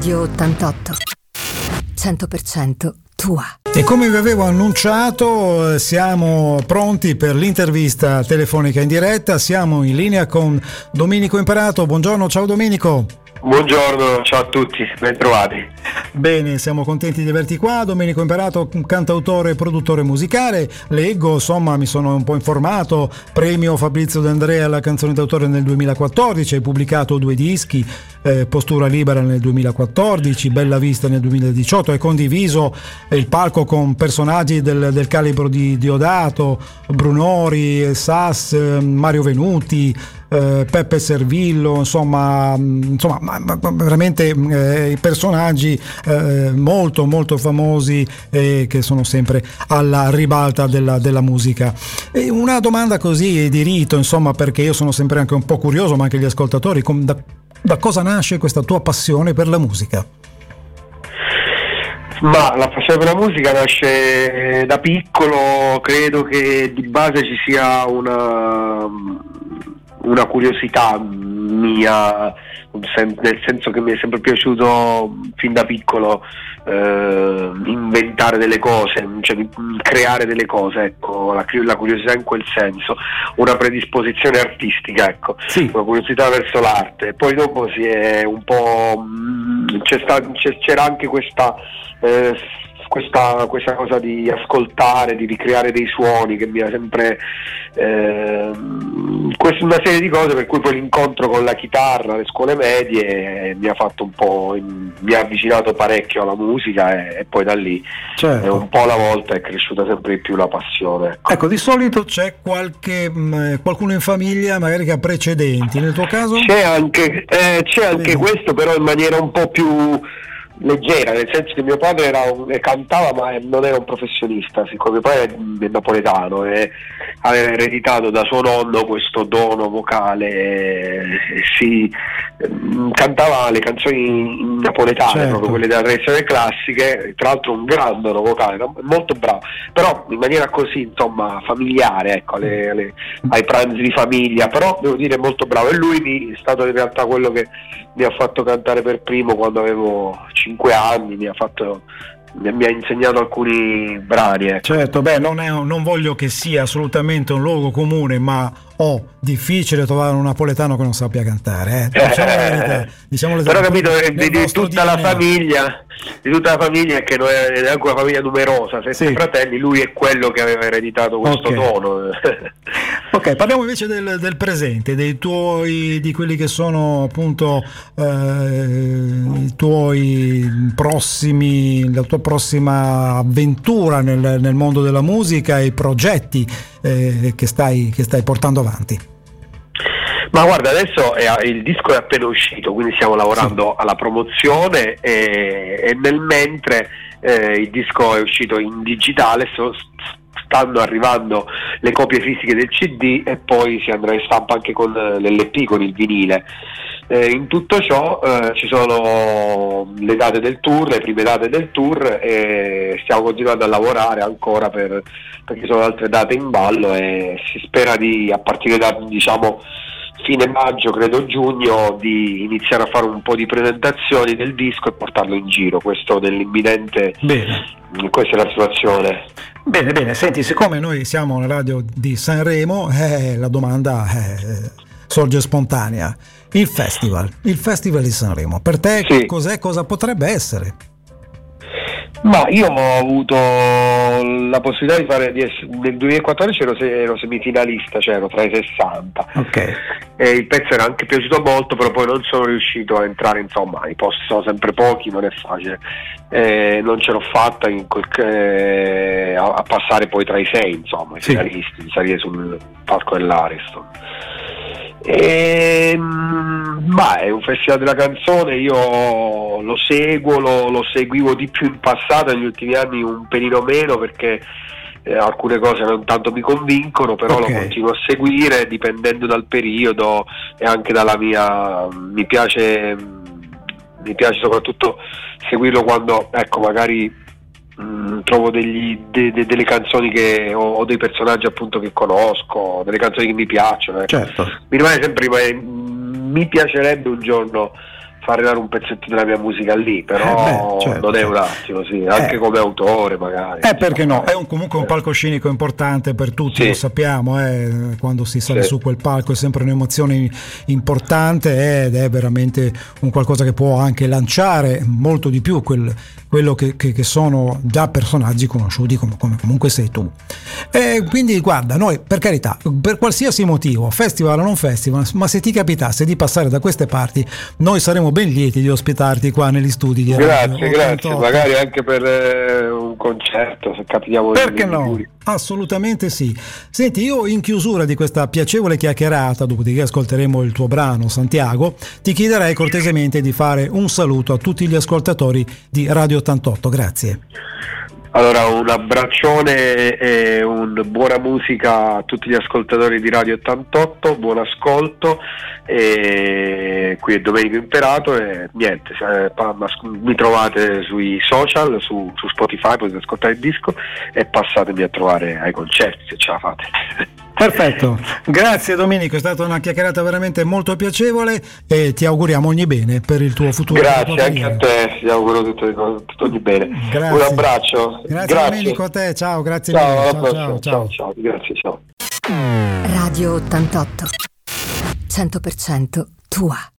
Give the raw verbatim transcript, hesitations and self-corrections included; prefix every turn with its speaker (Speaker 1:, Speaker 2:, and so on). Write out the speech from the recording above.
Speaker 1: Radio ottantotto, cento per cento tua.
Speaker 2: E come vi avevo annunciato, siamo pronti per l'intervista telefonica in diretta. Siamo in linea con Domenico Imperato. Buongiorno, ciao Domenico.
Speaker 3: Buongiorno, ciao a tutti, ben trovati.
Speaker 2: Bene, siamo contenti di averti qua. Domenico Imperato, cantautore e produttore musicale. Leggo, insomma, mi sono un po' informato, premio Fabrizio D'Andrea alla canzone d'autore nel duemilaquattordici, hai pubblicato due dischi, eh, Postura Libera nel duemilaquattordici, Bella Vista nel duemiladiciotto, hai condiviso il palco con personaggi del, del calibro di Diodato, Brunori, Sass, Mario Venuti, eh, Peppe Servillo, insomma, insomma ma, ma, veramente eh, personaggi eh, molto molto famosi e eh, che sono sempre alla ribalta della, della musica. E una domanda così di rito, insomma, perché io sono sempre anche un po' curioso, ma anche gli ascoltatori, com, da, da cosa nasce questa tua passione per la musica?
Speaker 3: Ma la passione per la musica nasce da piccolo, credo che di base ci sia una, una curiosità mia, nel senso che mi è sempre piaciuto fin da piccolo eh, inventare delle cose, cioè creare delle cose, ecco, la, la curiosità in quel senso, una predisposizione artistica, ecco, sì. Una curiosità verso l'arte. Poi dopo si è un po' c'è sta, c'è, c'era anche questa eh, Questa, questa cosa di ascoltare, di ricreare dei suoni che mi ha sempre eh, questa, una serie di cose, per cui poi l'incontro con la chitarra alle scuole medie mi ha fatto un po' mi ha avvicinato parecchio alla musica e, e poi da lì
Speaker 2: certo.
Speaker 3: eh, un po' alla volta è cresciuta sempre di più la passione, ecco.
Speaker 2: Ecco, di solito c'è qualche mh, qualcuno in famiglia magari che ha precedenti, nel tuo caso?
Speaker 3: C'è anche, eh, c'è anche sì. Questo, però in maniera un po' più leggera, nel senso che mio padre era un, cantava ma non era un professionista, siccome mio padre è napoletano e aveva ereditato da suo nonno questo dono vocale, e si cantava le canzoni napoletane, certo. Proprio quelle della tradizione classiche, tra l'altro un gran dono vocale, molto bravo, però in maniera così, insomma, familiare, ecco, alle, alle, ai pranzi di famiglia, però devo dire molto bravo, e lui mi, è stato in realtà quello che mi ha fatto cantare per primo quando avevo cinque anni, mi ha fatto mi ha insegnato alcuni brani, ecco.
Speaker 2: Certo, beh, non, è, non voglio che sia assolutamente un luogo comune, ma oh, difficile trovare un napoletano che non sappia cantare, eh. Diciamo la verità, diciamo la
Speaker 3: però capito, di, di
Speaker 2: D
Speaker 3: tutta
Speaker 2: N A.
Speaker 3: la famiglia di tutta la famiglia, che non è neanche una famiglia numerosa, sette sì. fratelli, lui è quello che aveva ereditato questo
Speaker 2: okay.
Speaker 3: dono.
Speaker 2: Ok, parliamo invece del, del presente, dei tuoi, di quelli che sono appunto eh, i tuoi prossimi, la tua prossima avventura nel, nel mondo della musica e i progetti eh, che stai, che stai portando avanti.
Speaker 3: Ma guarda, adesso è, il disco è appena uscito, quindi stiamo lavorando sì. alla promozione e, e nel mentre eh, il disco è uscito in digitale, so, stanno arrivando le copie fisiche del C D e poi si andrà in stampa anche con l'L P, con il vinile. Eh, in tutto ciò eh, ci sono le date del tour, le prime date del tour, e stiamo continuando a lavorare ancora per, perché sono altre date in ballo e si spera di, a partire da, diciamo, fine maggio, credo giugno, di iniziare a fare un po' di presentazioni del disco e portarlo in giro. Questo dell'imminente,
Speaker 2: bene.
Speaker 3: Questa è la situazione.
Speaker 2: Bene, bene, senti, siccome noi siamo alla radio di Sanremo, eh, la domanda eh, sorge spontanea. Il festival, il festival di Sanremo, per te sì. cos'è, cosa potrebbe essere?
Speaker 3: Ma io ho avuto la possibilità di fare, di essere, nel duemilaquattordici ero, ero semifinalista, cioè ero tra i sessanta.
Speaker 2: Ok.
Speaker 3: E il pezzo era anche piaciuto molto, però poi non sono riuscito a entrare, insomma, i posti sono sempre pochi, non è facile. Eh, non ce l'ho fatta in quel, eh, a, a passare poi tra i sei, insomma, i sì. finalisti, di salire sul palco dell'Ariston. E, ma è un festival della canzone, io lo seguo, lo, lo seguivo di più in passato, negli ultimi anni un pelino meno, perché eh, alcune cose non tanto mi convincono, però okay. lo continuo a seguire dipendendo dal periodo e anche dalla mia, mi piace mi piace soprattutto seguirlo quando, ecco, magari mh, trovo degli, de, de, delle canzoni che o, o dei personaggi appunto che conosco, delle canzoni che mi piacciono, ecco.
Speaker 2: Certo.
Speaker 3: Mi rimane sempre, mi piacerebbe un giorno far arrivare un pezzetto della mia musica lì, però
Speaker 2: eh beh, certo,
Speaker 3: non è
Speaker 2: certo.
Speaker 3: un attimo, sì, anche eh. come autore magari.
Speaker 2: Eh, perché no? È un, comunque un palcoscenico importante per tutti, sì. Lo sappiamo, eh, quando si sale sì. su quel palco è sempre un'emozione importante ed è veramente un qualcosa che può anche lanciare molto di più quel, quello che, che, che sono già personaggi conosciuti come, come comunque sei tu. E quindi guarda, noi per carità, per qualsiasi motivo, festival o non festival, ma se ti capitasse di passare da queste parti, noi saremo ben lieti di ospitarti qua negli studi di
Speaker 3: grazie,
Speaker 2: Radio
Speaker 3: grazie,
Speaker 2: ottantotto.
Speaker 3: Magari anche per eh, un concerto, se capitiamo.
Speaker 2: Perché no? Assolutamente sì. Senti, io in chiusura di questa piacevole chiacchierata, dopodiché ascolteremo il tuo brano Santiago, ti chiederei cortesemente di fare un saluto a tutti gli ascoltatori di Radio ottantotto. Grazie.
Speaker 3: Allora, un abbraccione e un buona musica a tutti gli ascoltatori di Radio ottantotto, buon ascolto, e qui è Domenico Imperato e niente, mi trovate sui social, su, su Spotify, potete ascoltare il disco e passatemi a trovare ai concerti se ce la fate.
Speaker 2: Perfetto, grazie Domenico, è stata una chiacchierata veramente molto piacevole e ti auguriamo ogni bene per il tuo futuro.
Speaker 3: Grazie anche a te, ti auguro tutto, tutto ogni bene. Grazie. Un abbraccio.
Speaker 2: Grazie,
Speaker 3: grazie
Speaker 2: Domenico, a te, ciao, grazie
Speaker 3: ciao,
Speaker 2: mille.
Speaker 3: Ciao,
Speaker 2: ciao, ciao,
Speaker 3: ciao, ciao, grazie, ciao.
Speaker 1: Radio ottantotto, cento per cento tua.